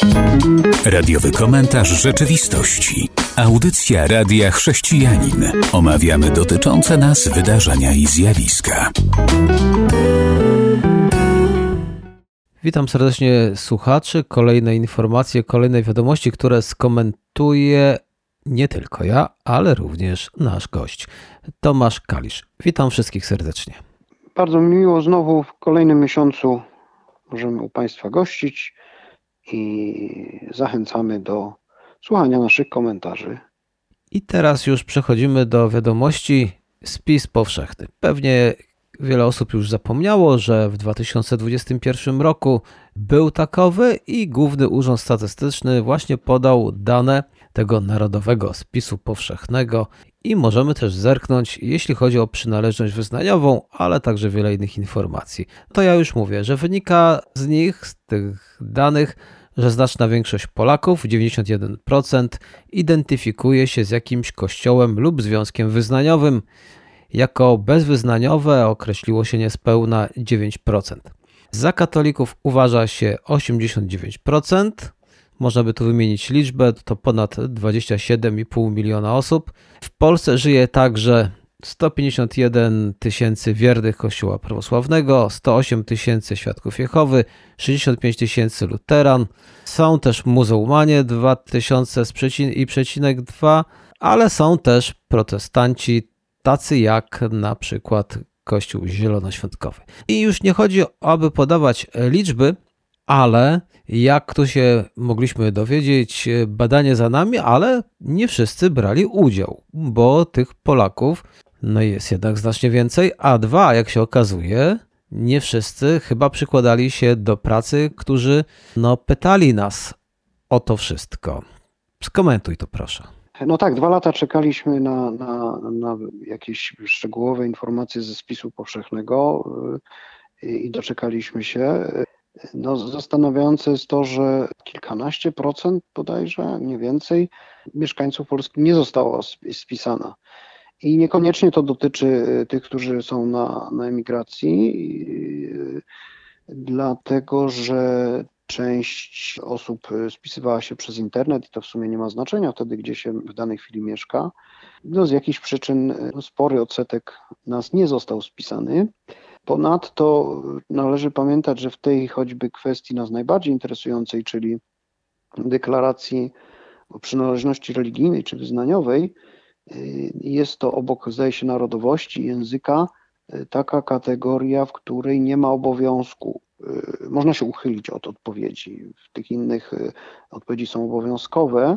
Radiowy komentarz rzeczywistości. Audycja Radia Chrześcijanin. Omawiamy dotyczące nas wydarzenia i zjawiska. Witam serdecznie słuchaczy. Kolejne informacje, kolejne wiadomości, które skomentuje nie tylko ja, ale również nasz gość, Tomasz Kalisz. Witam wszystkich serdecznie. Bardzo mi miło znowu w kolejnym miesiącu możemy u Państwa gościć i zachęcamy do słuchania naszych komentarzy. I teraz już przechodzimy do wiadomości. Spis powszechny. Pewnie wiele osób już zapomniało, że w 2021 roku był takowy i Główny Urząd Statystyczny właśnie podał dane tego Narodowego Spisu Powszechnego i możemy też zerknąć, jeśli chodzi o przynależność wyznaniową, ale także wiele innych informacji. To ja już mówię, że wynika z nich, z tych danych, że znaczna większość Polaków, 91%, identyfikuje się z jakimś kościołem lub związkiem wyznaniowym. Jako bezwyznaniowe określiło się niespełna 9%. Za katolików uważa się 89%. Można by tu wymienić liczbę, to ponad 27,5 miliona osób. W Polsce żyje także 151 tysięcy wiernych Kościoła prawosławnego, 108 tysięcy świadków Jehowy, 65 tysięcy luteran. Są też muzułmanie 2000,2, ale są też protestanci, tacy jak na przykład Kościół Zielonoświątkowy. I już nie chodzi, aby podawać liczby, ale jak tu się mogliśmy dowiedzieć, badanie za nami, ale nie wszyscy brali udział, bo tych Polaków jest jednak znacznie więcej, a dwa, jak się okazuje, nie wszyscy chyba przykładali się do pracy, którzy pytali nas o to wszystko. Skomentuj to proszę. No tak, 2 lata czekaliśmy na jakieś szczegółowe informacje ze spisu powszechnego i doczekaliśmy się. Zastanawiające jest to, że kilkanaście procent bodajże, nie więcej, mieszkańców Polski nie zostało spisana. I niekoniecznie to dotyczy tych, którzy są na emigracji, dlatego że część osób spisywała się przez internet i to w sumie nie ma znaczenia wtedy, gdzie się w danej chwili mieszka. Z jakichś przyczyn spory odsetek nas nie został spisany. Ponadto należy pamiętać, że w tej choćby kwestii nas najbardziej interesującej, czyli deklaracji o przynależności religijnej czy wyznaniowej, jest to obok, zdaje się, narodowości, języka, taka kategoria, w której nie ma obowiązku. Można się uchylić od odpowiedzi. W tych innych odpowiedzi są obowiązkowe.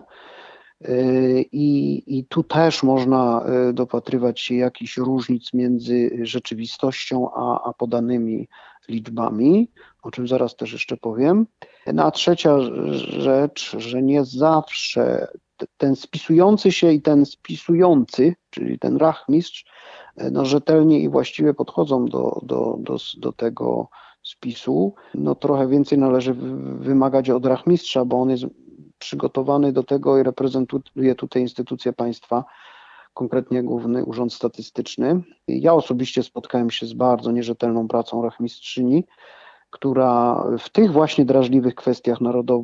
I tu też można dopatrywać się jakichś różnic między rzeczywistością a podanymi liczbami, o czym zaraz też jeszcze powiem. A trzecia rzecz, że nie zawsze ten spisujący się i ten spisujący, czyli ten rachmistrz, rzetelnie i właściwie podchodzą do tego spisu. Trochę więcej należy wymagać od rachmistrza, bo on jest przygotowany do tego i reprezentuje tutaj instytucje państwa, konkretnie Główny Urząd Statystyczny. Ja osobiście spotkałem się z bardzo nierzetelną pracą rachmistrzyni, która w tych właśnie drażliwych kwestiach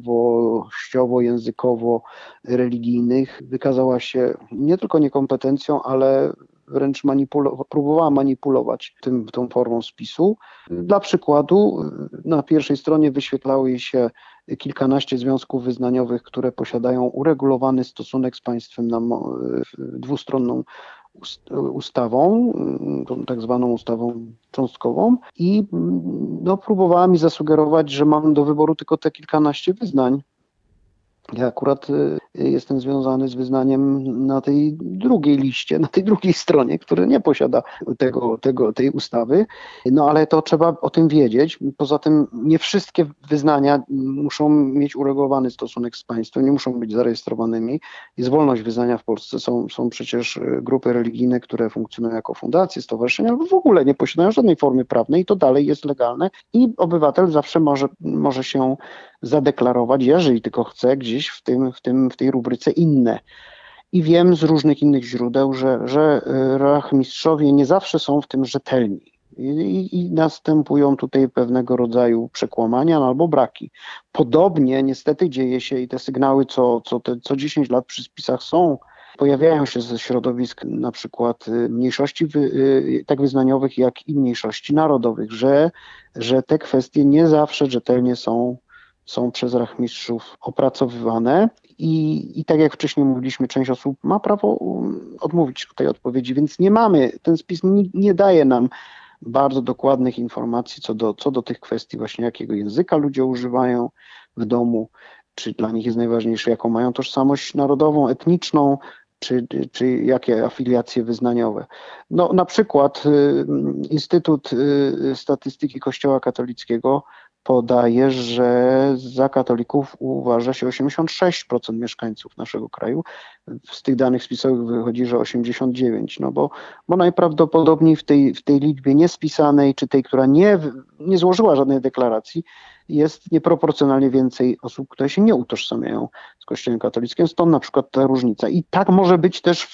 narodowościowo-językowo-religijnych wykazała się nie tylko niekompetencją, ale wręcz próbowała manipulować tą formą spisu. Dla przykładu, na pierwszej stronie wyświetlały się kilkanaście związków wyznaniowych, które posiadają uregulowany stosunek z państwem dwustronną ustawą, tak zwaną ustawą cząstkową i próbowała mi zasugerować, że mam do wyboru tylko te kilkanaście wyznań. Ja akurat jestem związany z wyznaniem na tej drugiej liście, na tej drugiej stronie, który nie posiada tej ustawy, ale to trzeba o tym wiedzieć. Poza tym nie wszystkie wyznania muszą mieć uregulowany stosunek z państwem, nie muszą być zarejestrowanymi. Jest wolność wyznania w Polsce, są przecież grupy religijne, które funkcjonują jako fundacje, stowarzyszenia, albo w ogóle nie posiadają żadnej formy prawnej i to dalej jest legalne i obywatel zawsze może się zadeklarować, jeżeli tylko chce, gdzieś w tej rubryce inne. I wiem z różnych innych źródeł, że rachmistrzowie nie zawsze są w tym rzetelni. I następują tutaj pewnego rodzaju przekłamania albo braki. Podobnie niestety dzieje się i te sygnały co 10 lat przy spisach są, pojawiają się ze środowisk na przykład mniejszości tak wyznaniowych, jak i mniejszości narodowych, że te kwestie nie zawsze rzetelnie są przez rachmistrzów opracowywane i tak jak wcześniej mówiliśmy, część osób ma prawo odmówić tej odpowiedzi, więc ten spis nie daje nam bardzo dokładnych informacji co do tych kwestii właśnie, jakiego języka ludzie używają w domu, czy dla nich jest najważniejsze, jaką mają tożsamość narodową, etniczną, czy jakie afiliacje wyznaniowe. No, na przykład Instytut Statystyki Kościoła Katolickiego podaje, że za katolików uważa się 86% mieszkańców naszego kraju. Z tych danych spisowych wychodzi, że 89%, no bo najprawdopodobniej w tej liczbie niespisanej, czy tej, która nie złożyła żadnej deklaracji, jest nieproporcjonalnie więcej osób, które się nie utożsamiają z Kościołem katolickim, stąd na przykład ta różnica. I tak może być też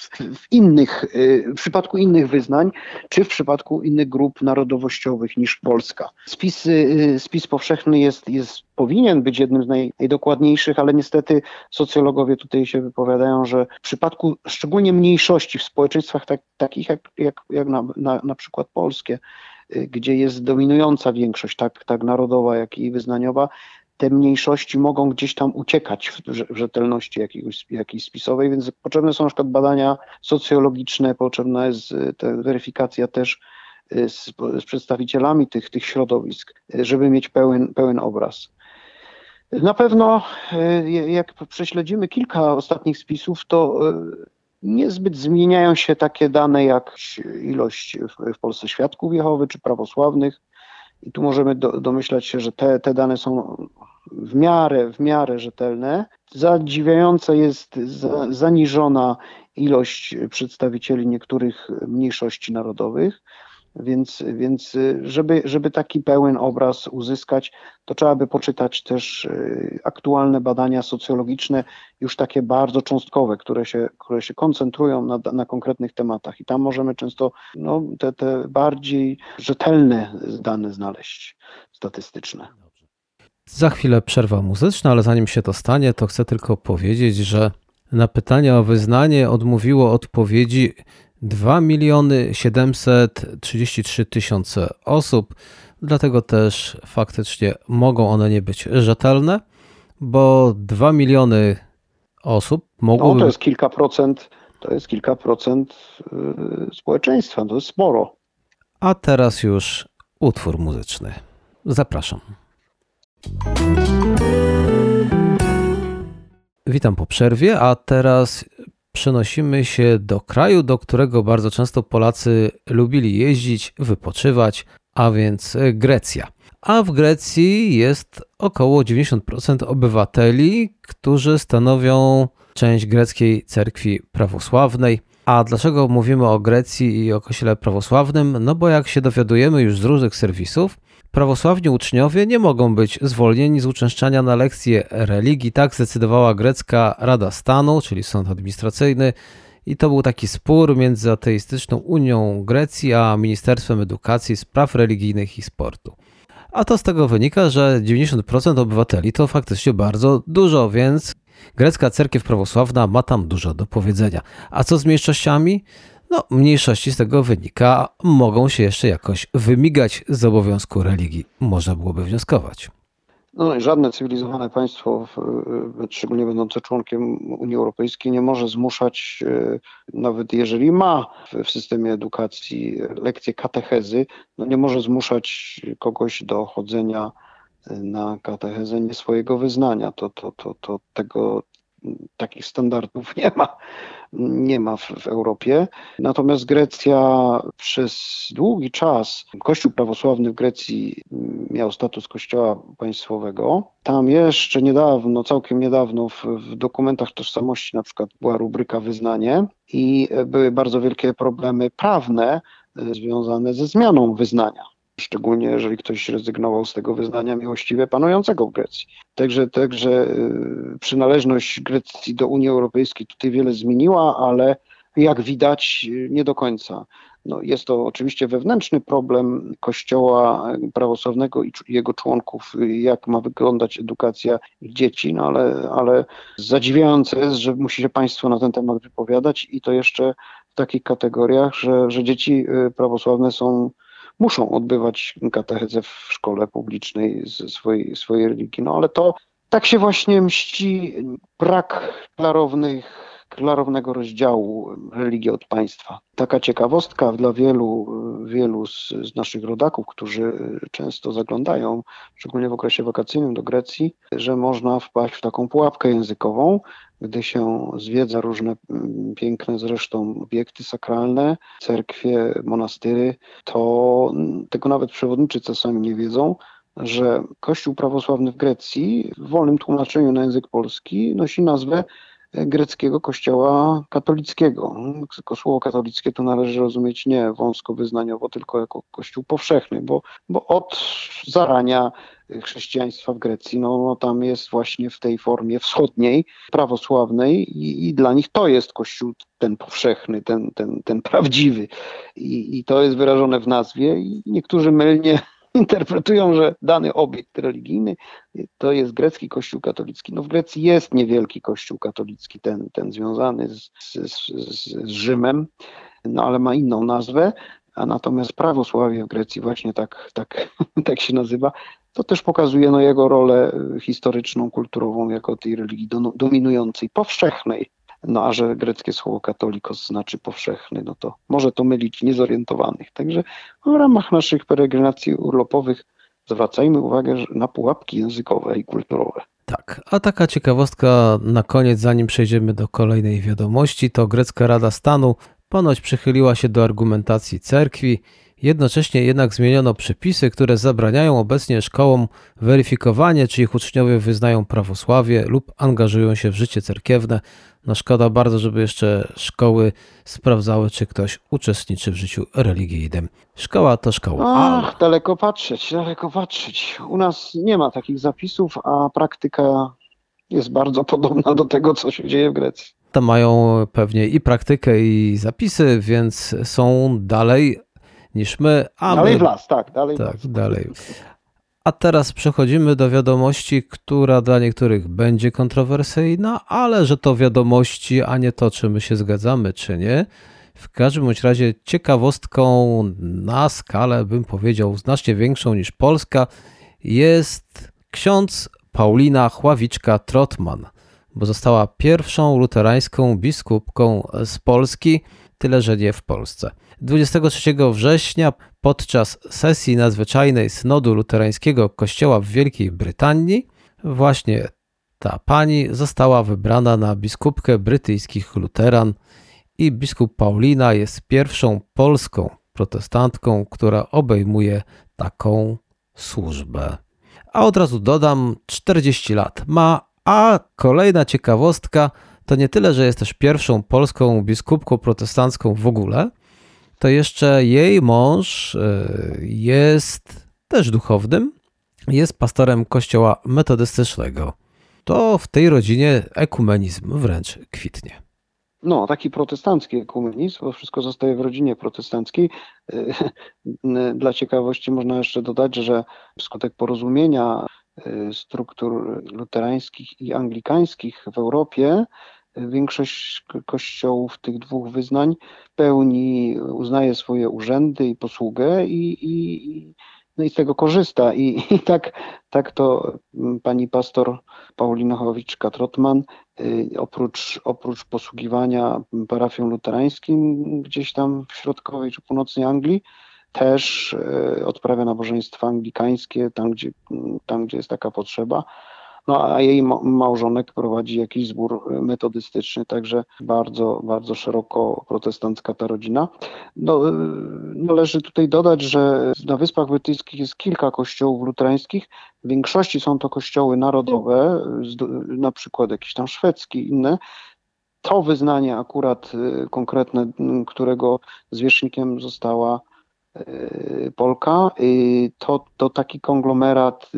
w przypadku innych wyznań, czy w przypadku innych grup narodowościowych niż Polska. Spis powszechny powinien być jednym z najdokładniejszych, ale niestety socjologowie tutaj się wypowiadają, że w przypadku szczególnie mniejszości w społeczeństwach takich jak na przykład polskie, gdzie jest dominująca większość, tak narodowa, jak i wyznaniowa, te mniejszości mogą gdzieś tam uciekać w rzetelności jakiejś spisowej, więc potrzebne są na przykład badania socjologiczne, potrzebna jest weryfikacja też z przedstawicielami tych środowisk, żeby mieć pełen obraz. Na pewno jak prześledzimy kilka ostatnich spisów, to niezbyt zmieniają się takie dane jak ilość w Polsce świadków Jehowy czy prawosławnych i tu możemy domyślać się, że te dane są w miarę rzetelne. Zadziwiająca jest zaniżona ilość przedstawicieli niektórych mniejszości narodowych. Więc żeby taki pełen obraz uzyskać, to trzeba by poczytać też aktualne badania socjologiczne, już takie bardzo cząstkowe, które się koncentrują na konkretnych tematach. I tam możemy często te bardziej rzetelne dane znaleźć, statystyczne. Za chwilę przerwa muzyczna, ale zanim się to stanie, to chcę tylko powiedzieć, że na pytanie o wyznanie odmówiło odpowiedzi 2 733 000 osób, dlatego też faktycznie mogą one nie być rzetelne, bo 2 miliony osób mogłoby... To jest kilka procent społeczeństwa, to jest sporo. A teraz już utwór muzyczny. Zapraszam. Witam po przerwie, a teraz przenosimy się do kraju, do którego bardzo często Polacy lubili jeździć, wypoczywać, a więc Grecja. A w Grecji jest około 90% obywateli, którzy stanowią część greckiej cerkwi prawosławnej. A dlaczego mówimy o Grecji i o kościele prawosławnym? No bo jak się dowiadujemy już z różnych serwisów, prawosławni uczniowie nie mogą być zwolnieni z uczęszczania na lekcje religii. Tak zdecydowała grecka Rada Stanu, czyli sąd administracyjny. I to był taki spór między ateistyczną Unią Grecji a Ministerstwem Edukacji, Spraw Religijnych i Sportu. A to z tego wynika, że 90% obywateli to faktycznie bardzo dużo, więc grecka cerkiew prawosławna ma tam dużo do powiedzenia. A co z mniejszościami? No, mniejszości z tego wynika, mogą się jeszcze jakoś wymigać z obowiązku religii, można byłoby wnioskować. No, żadne cywilizowane państwo, szczególnie będące członkiem Unii Europejskiej, nie może zmuszać, nawet jeżeli ma w systemie edukacji lekcje katechezy, nie może zmuszać kogoś do chodzenia na katechezę nie swojego wyznania. Takich standardów nie ma w Europie. Natomiast Grecja przez długi czas, Kościół prawosławny w Grecji miał status kościoła państwowego. Tam jeszcze niedawno, całkiem niedawno w dokumentach tożsamości na przykład była rubryka wyznanie i były bardzo wielkie problemy prawne związane ze zmianą wyznania. Szczególnie jeżeli ktoś rezygnował z tego wyznania miłościwie panującego w Grecji. Także przynależność Grecji do Unii Europejskiej tutaj wiele zmieniła, ale jak widać nie do końca. No, jest to oczywiście wewnętrzny problem Kościoła prawosławnego i jego członków, jak ma wyglądać edukacja ich dzieci, no ale zadziwiające jest, że musi się państwo na ten temat wypowiadać i to jeszcze w takich kategoriach, że dzieci prawosławne muszą odbywać katechezę w szkole publicznej ze swojej religii. No ale to tak się właśnie mści brak klarownego rozdziału religii od państwa. Taka ciekawostka dla wielu z naszych rodaków, którzy często zaglądają, szczególnie w okresie wakacyjnym do Grecji, że można wpaść w taką pułapkę językową, gdy się zwiedza różne piękne zresztą obiekty sakralne, cerkwie, monastyry, to tego nawet przewodniczy czasami nie wiedzą, że Kościół prawosławny w Grecji w wolnym tłumaczeniu na język polski nosi nazwę greckiego kościoła katolickiego. Tylko słowo katolickie tu należy rozumieć nie wąsko wyznaniowo, tylko jako kościół powszechny, bo od zarania chrześcijaństwa w Grecji, no tam jest właśnie w tej formie wschodniej, prawosławnej i dla nich to jest kościół ten powszechny, ten prawdziwy. I to jest wyrażone w nazwie i niektórzy mylnie interpretują, że dany obiekt religijny to jest grecki kościół katolicki. No w Grecji jest niewielki kościół katolicki, ten związany z Rzymem, no ale ma inną nazwę, a natomiast prawosławie w Grecji właśnie tak się nazywa. To też pokazuje jego rolę historyczną, kulturową jako tej religii dominującej, powszechnej. No a że greckie słowo katolikos znaczy powszechny, no to może to mylić niezorientowanych. Także w ramach naszych peregrinacji urlopowych zwracajmy uwagę na pułapki językowe i kulturowe. Tak, a taka ciekawostka na koniec, zanim przejdziemy do kolejnej wiadomości, to grecka Rada Stanu ponoć przychyliła się do argumentacji cerkwi. Jednocześnie jednak zmieniono przepisy, które zabraniają obecnie szkołom weryfikowanie, czy ich uczniowie wyznają prawosławie lub angażują się w życie cerkiewne. No szkoda bardzo, żeby jeszcze szkoły sprawdzały, czy ktoś uczestniczy w życiu religijnym. Szkoła to szkoła. Ach, daleko patrzeć. U nas nie ma takich zapisów, a praktyka jest bardzo podobna do tego, co się dzieje w Grecji. To mają pewnie i praktykę, i zapisy, więc są dalej niż my. Dalej w las, tak. Dalej. A teraz przechodzimy do wiadomości, która dla niektórych będzie kontrowersyjna, ale że to wiadomości, a nie to, czy my się zgadzamy, czy nie. W każdym bądź razie ciekawostką na skalę, bym powiedział, znacznie większą niż Polska, jest ksiądz Paulina Chławiczka-Trotman, bo została pierwszą luterańską biskupką z Polski, tyle że nie w Polsce. 23 września podczas sesji nadzwyczajnej Synodu Luterańskiego Kościoła w Wielkiej Brytanii właśnie ta pani została wybrana na biskupkę brytyjskich luteran i biskup Paulina jest pierwszą polską protestantką, która obejmuje taką służbę. A od razu dodam, 40 lat ma, a kolejna ciekawostka to nie tyle, że jest też pierwszą polską biskupką protestancką w ogóle, to jeszcze jej mąż jest też duchownym, jest pastorem kościoła metodystycznego. To w tej rodzinie ekumenizm wręcz kwitnie. No, taki protestancki ekumenizm, bo wszystko zostaje w rodzinie protestanckiej. Dla ciekawości można jeszcze dodać, że wskutek porozumienia struktur luterańskich i anglikańskich w Europie większość kościołów tych dwóch wyznań w pełni uznaje swoje urzędy i posługę no i z tego korzysta. I tak to pani pastor Paulina Chławiczka-Trotman oprócz posługiwania parafią luterańskim gdzieś tam w środkowej czy północnej Anglii, też odprawia nabożeństwa anglikańskie tam, gdzie jest taka potrzeba. No a jej małżonek prowadzi jakiś zbór metodystyczny, także bardzo, bardzo szeroko protestancka ta rodzina. No, należy tutaj dodać, że na Wyspach Brytyjskich jest kilka kościołów luterańskich. W większości są to kościoły narodowe, na przykład jakiś tam szwedzki, inne. To wyznanie akurat konkretne, którego zwierzchnikiem została Polka. To taki konglomerat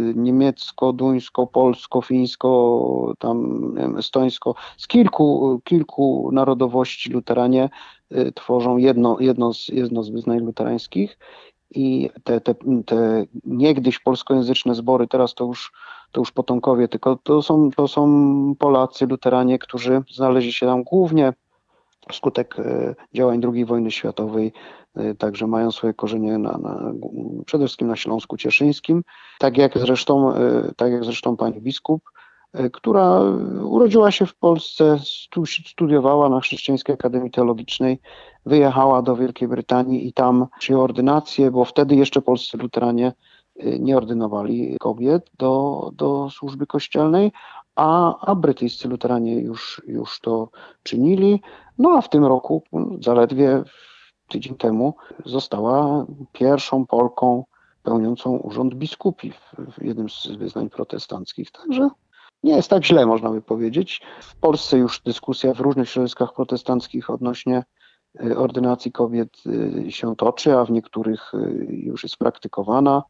niemiecko-duńsko-polsko-fińsko, tam nie wiem, estońsko, z kilku narodowości luteranie tworzą jedno z wyznań luterańskich. I te niegdyś polskojęzyczne zbory, teraz to już potomkowie, tylko to są Polacy, luteranie, którzy znaleźli się tam głównie wskutek działań II wojny światowej, także mają swoje korzenie przede wszystkim na Śląsku Cieszyńskim, tak jak zresztą pani biskup, która urodziła się w Polsce, studiowała na Chrześcijańskiej Akademii Teologicznej, wyjechała do Wielkiej Brytanii i tam przyjęła ordynację, bo wtedy jeszcze polscy luteranie nie ordynowali kobiet do służby kościelnej, a brytyjscy luteranie już to czynili. No a w tym roku, zaledwie tydzień temu, została pierwszą Polką pełniącą urząd biskupi w jednym z wyznań protestanckich. Także nie jest tak źle, można by powiedzieć. W Polsce już dyskusja w różnych środowiskach protestanckich odnośnie ordynacji kobiet się toczy, a w niektórych już jest praktykowana.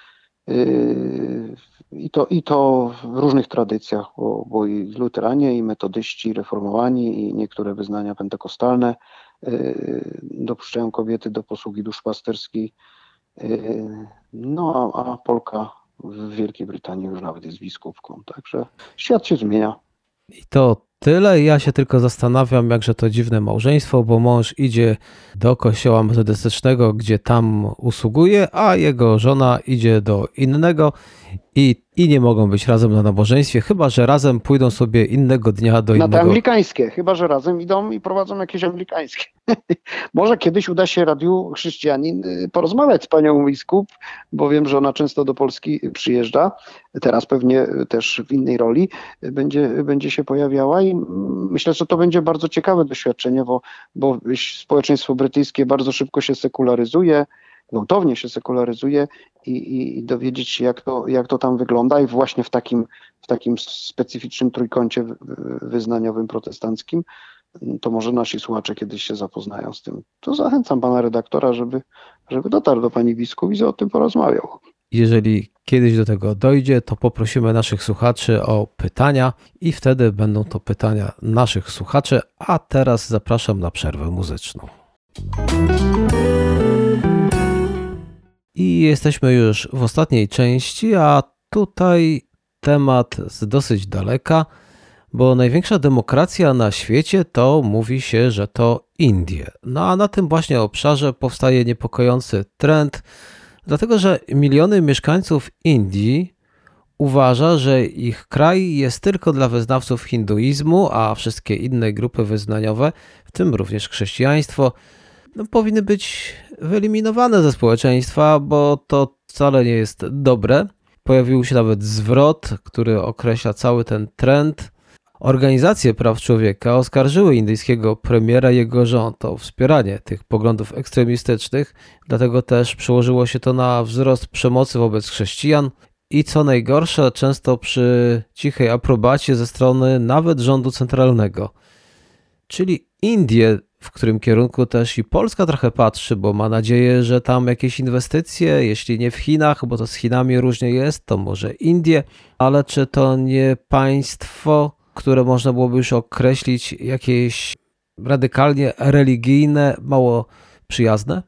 I to w różnych tradycjach, bo i luteranie, i metodyści, i reformowani, i niektóre wyznania pentekostalne dopuszczają kobiety do posługi duszpasterskiej. No a Polka w Wielkiej Brytanii już nawet jest biskupką, także świat się zmienia. I to tyle. Ja się tylko zastanawiam, jakże to dziwne małżeństwo, bo mąż idzie do kościoła metodystycznego, gdzie tam usługuje, a jego żona idzie do innego i nie mogą być razem na nabożeństwie, chyba że razem pójdą sobie innego dnia do Na te innego. anglikańskie, chyba że razem idą i prowadzą jakieś anglikańskie. Może kiedyś uda się Radiu Chrześcijanin porozmawiać z panią biskup, bo wiem, że ona często do Polski przyjeżdża. Teraz pewnie też w innej roli będzie się pojawiała i myślę, że to będzie bardzo ciekawe doświadczenie, bo społeczeństwo brytyjskie bardzo szybko się sekularyzuje, gwałtownie się sekularyzuje i dowiedzieć się, jak to tam wygląda i właśnie w takim specyficznym trójkącie wyznaniowym protestanckim, to może nasi słuchacze kiedyś się zapoznają z tym. To zachęcam pana redaktora, żeby dotarł do pani biskup i o tym porozmawiał. Jeżeli kiedyś do tego dojdzie, to poprosimy naszych słuchaczy o pytania i wtedy będą to pytania naszych słuchaczy, a teraz zapraszam na przerwę muzyczną. I jesteśmy już w ostatniej części, a tutaj temat z dosyć daleka, bo największa demokracja na świecie to mówi się, że to Indie. No a na tym właśnie obszarze powstaje niepokojący trend, dlatego że miliony mieszkańców Indii uważa, że ich kraj jest tylko dla wyznawców hinduizmu, a wszystkie inne grupy wyznaniowe, w tym również chrześcijaństwo, powinny być wyeliminowane ze społeczeństwa, bo to wcale nie jest dobre. Pojawił się nawet zwrot, który określa cały ten trend. Organizacje praw człowieka oskarżyły indyjskiego premiera i jego rząd o wspieranie tych poglądów ekstremistycznych, dlatego też przełożyło się to na wzrost przemocy wobec chrześcijan i co najgorsze, często przy cichej aprobacie ze strony nawet rządu centralnego. Czyli Indie, w którym kierunku też i Polska trochę patrzy, bo ma nadzieję, że tam jakieś inwestycje, jeśli nie w Chinach, bo to z Chinami różnie jest, to może Indie, ale czy to nie państwo, które można byłoby już określić jakieś radykalnie religijne, mało przyjazne?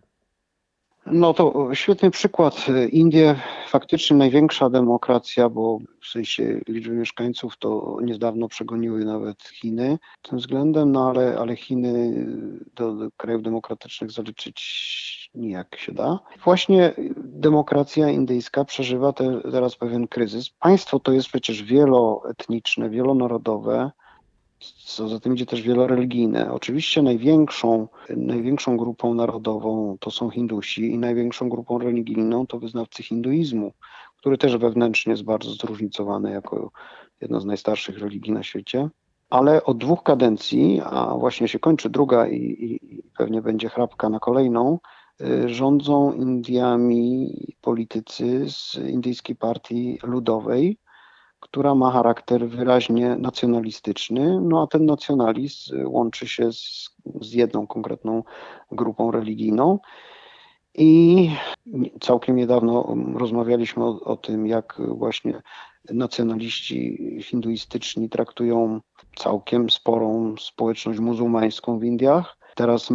No to świetny przykład. Indie faktycznie największa demokracja, bo w sensie liczby mieszkańców to niedawno przegoniły nawet Chiny tym względem, no ale Chiny do krajów demokratycznych zaliczyć nijak się da. Właśnie demokracja indyjska przeżywa teraz pewien kryzys. Państwo to jest przecież wieloetniczne, wielonarodowe, co za tym idzie też wieloreligijne. Oczywiście największą grupą narodową to są Hindusi i największą grupą religijną to wyznawcy hinduizmu, który też wewnętrznie jest bardzo zróżnicowany jako jedna z najstarszych religii na świecie. Ale od 2 kadencji, a właśnie się kończy druga i pewnie będzie chrapka na kolejną, rządzą Indiami politycy z Indyjskiej Partii Ludowej, która ma charakter wyraźnie nacjonalistyczny, no a ten nacjonalizm łączy się z jedną konkretną grupą religijną. I całkiem niedawno rozmawialiśmy o tym, jak właśnie nacjonaliści hinduistyczni traktują całkiem sporą społeczność muzułmańską w Indiach. Teraz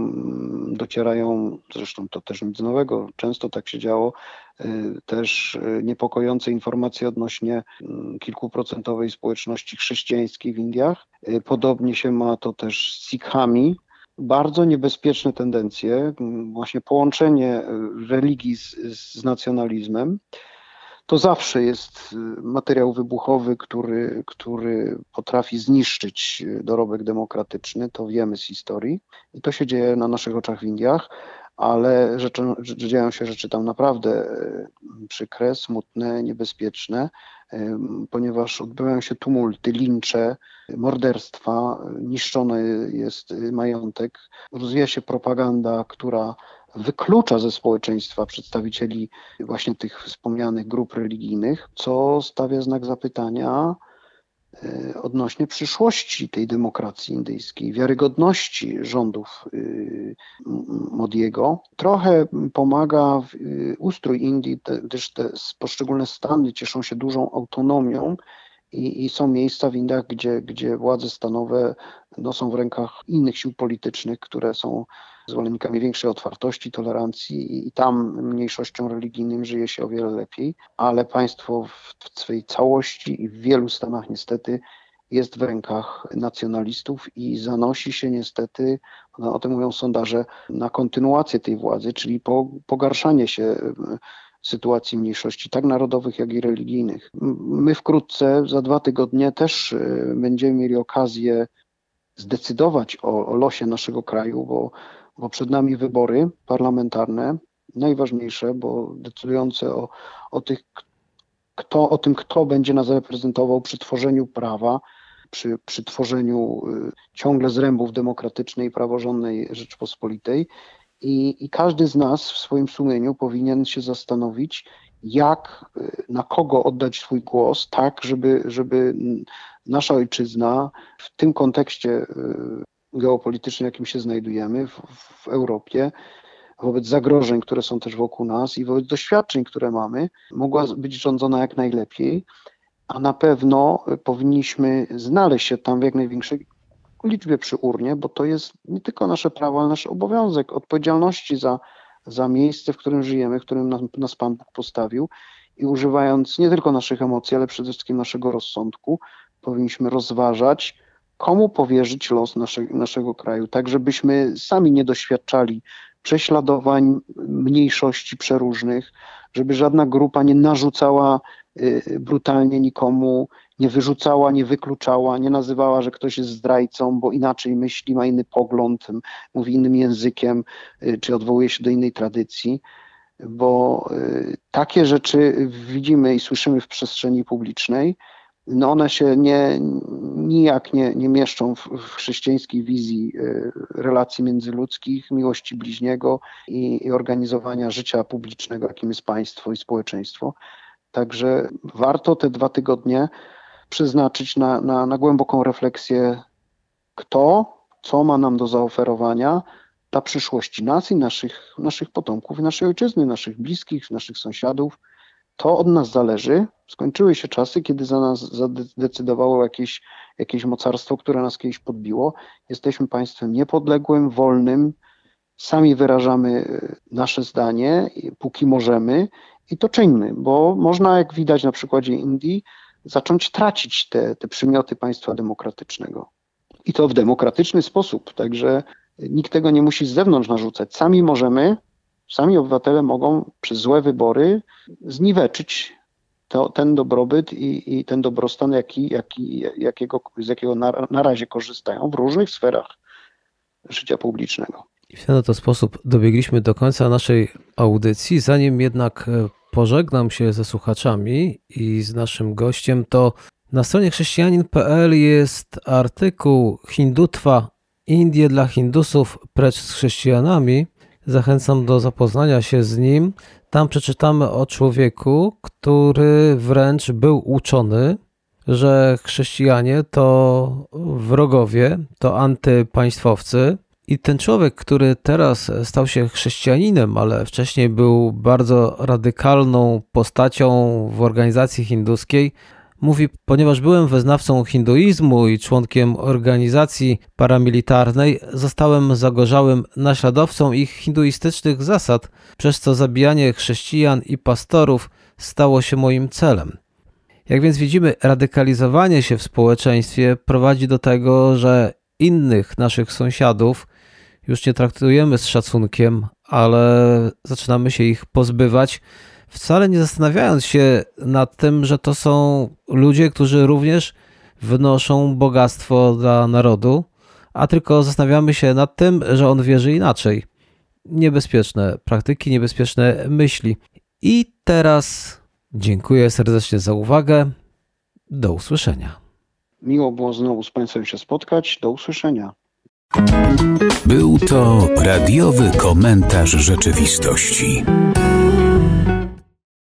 docierają, zresztą to też nic nowego, często tak się działo, też niepokojące informacje odnośnie kilkuprocentowej społeczności chrześcijańskiej w Indiach. Podobnie się ma to też z Sikhami. Bardzo niebezpieczne tendencje, właśnie połączenie religii z nacjonalizmem. To zawsze jest materiał wybuchowy, który potrafi zniszczyć dorobek demokratyczny, to wiemy z historii i to się dzieje na naszych oczach w Indiach, ale dzieją się rzeczy tam naprawdę przykre, smutne, niebezpieczne, ponieważ odbywają się tumulty, lincze, morderstwa, niszczony jest majątek, rozwija się propaganda, która wyklucza ze społeczeństwa przedstawicieli właśnie tych wspomnianych grup religijnych, co stawia znak zapytania odnośnie przyszłości tej demokracji indyjskiej, wiarygodności rządów Modiego. Trochę pomaga ustrój Indii, gdyż te poszczególne stany cieszą się dużą autonomią i są miejsca w Indiach, gdzie władze stanowe są w rękach innych sił politycznych, które są zwolennikami większej otwartości, tolerancji i tam mniejszościom religijnym żyje się o wiele lepiej, ale państwo w swej całości i w wielu stanach niestety jest w rękach nacjonalistów i zanosi się niestety, o tym mówią sondaże, na kontynuację tej władzy, czyli pogarszanie się sytuacji mniejszości, tak narodowych, jak i religijnych. My wkrótce, za 2 tygodnie też będziemy mieli okazję zdecydować o losie naszego kraju, bo przed nami wybory parlamentarne, najważniejsze, bo decydujące o tym, kto będzie nas reprezentował przy tworzeniu prawa, przy tworzeniu ciągle zrębów demokratycznej i praworządnej Rzeczypospolitej. I każdy z nas w swoim sumieniu powinien się zastanowić, na kogo oddać swój głos, tak, żeby nasza ojczyzna w tym kontekście geopolitycznym, jakim się znajdujemy w Europie, wobec zagrożeń, które są też wokół nas i wobec doświadczeń, które mamy, mogła być rządzona jak najlepiej, a na pewno powinniśmy znaleźć się tam w jak największej liczbie przy urnie, bo to jest nie tylko nasze prawo, ale nasz obowiązek odpowiedzialności za miejsce, w którym żyjemy, w którym nas Pan Bóg postawił i używając nie tylko naszych emocji, ale przede wszystkim naszego rozsądku, powinniśmy rozważać, komu powierzyć los naszego kraju, tak żebyśmy sami nie doświadczali prześladowań, mniejszości przeróżnych, żeby żadna grupa nie narzucała brutalnie nikomu, nie wyrzucała, nie wykluczała, nie nazywała, że ktoś jest zdrajcą, bo inaczej myśli, ma inny pogląd, mówi innym językiem, czy odwołuje się do innej tradycji, bo takie rzeczy widzimy i słyszymy w przestrzeni publicznej, one się nijak nie mieszczą w chrześcijańskiej wizji relacji międzyludzkich, miłości bliźniego i organizowania życia publicznego, jakim jest państwo i społeczeństwo. Także warto te 2 tygodnie przeznaczyć na głęboką refleksję, co ma nam do zaoferowania dla przyszłości nas i naszych potomków, naszej ojczyzny, naszych bliskich, naszych sąsiadów. To od nas zależy. Skończyły się czasy, kiedy za nas zadecydowało jakieś mocarstwo, które nas kiedyś podbiło. Jesteśmy państwem niepodległym, wolnym. Sami wyrażamy nasze zdanie, póki możemy i to czyńmy, bo można, jak widać na przykładzie Indii, zacząć tracić te przymioty państwa demokratycznego. I to w demokratyczny sposób, także nikt tego nie musi z zewnątrz narzucać. Sami obywatele mogą przez złe wybory zniweczyć ten dobrobyt i ten dobrostan, z jakiego na razie korzystają w różnych sferach życia publicznego. I w ten oto sposób dobiegliśmy do końca naszej audycji. Zanim jednak pożegnam się ze słuchaczami i z naszym gościem, to na stronie chrześcijanin.pl jest artykuł Hindutwa, Indie dla Hindusów precz z chrześcijanami. Zachęcam do zapoznania się z nim. Tam przeczytamy o człowieku, który wręcz był uczony, że chrześcijanie to wrogowie, to antypaństwowcy I ten człowiek, który teraz stał się chrześcijaninem, ale wcześniej był bardzo radykalną postacią w organizacji hinduskiej, mówi: ponieważ byłem wyznawcą hinduizmu i członkiem organizacji paramilitarnej, zostałem zagorzałym naśladowcą ich hinduistycznych zasad, przez co zabijanie chrześcijan i pastorów stało się moim celem. Jak więc widzimy, radykalizowanie się w społeczeństwie prowadzi do tego, że innych naszych sąsiadów już nie traktujemy z szacunkiem, ale zaczynamy się ich pozbywać, wcale nie zastanawiając się nad tym, że to są ludzie, którzy również wnoszą bogactwo dla narodu, a tylko zastanawiamy się nad tym, że on wierzy inaczej. Niebezpieczne praktyki, niebezpieczne myśli. I teraz dziękuję serdecznie za uwagę. Do usłyszenia. Miło było znowu z Państwem się spotkać. Do usłyszenia. Był to radiowy komentarz rzeczywistości.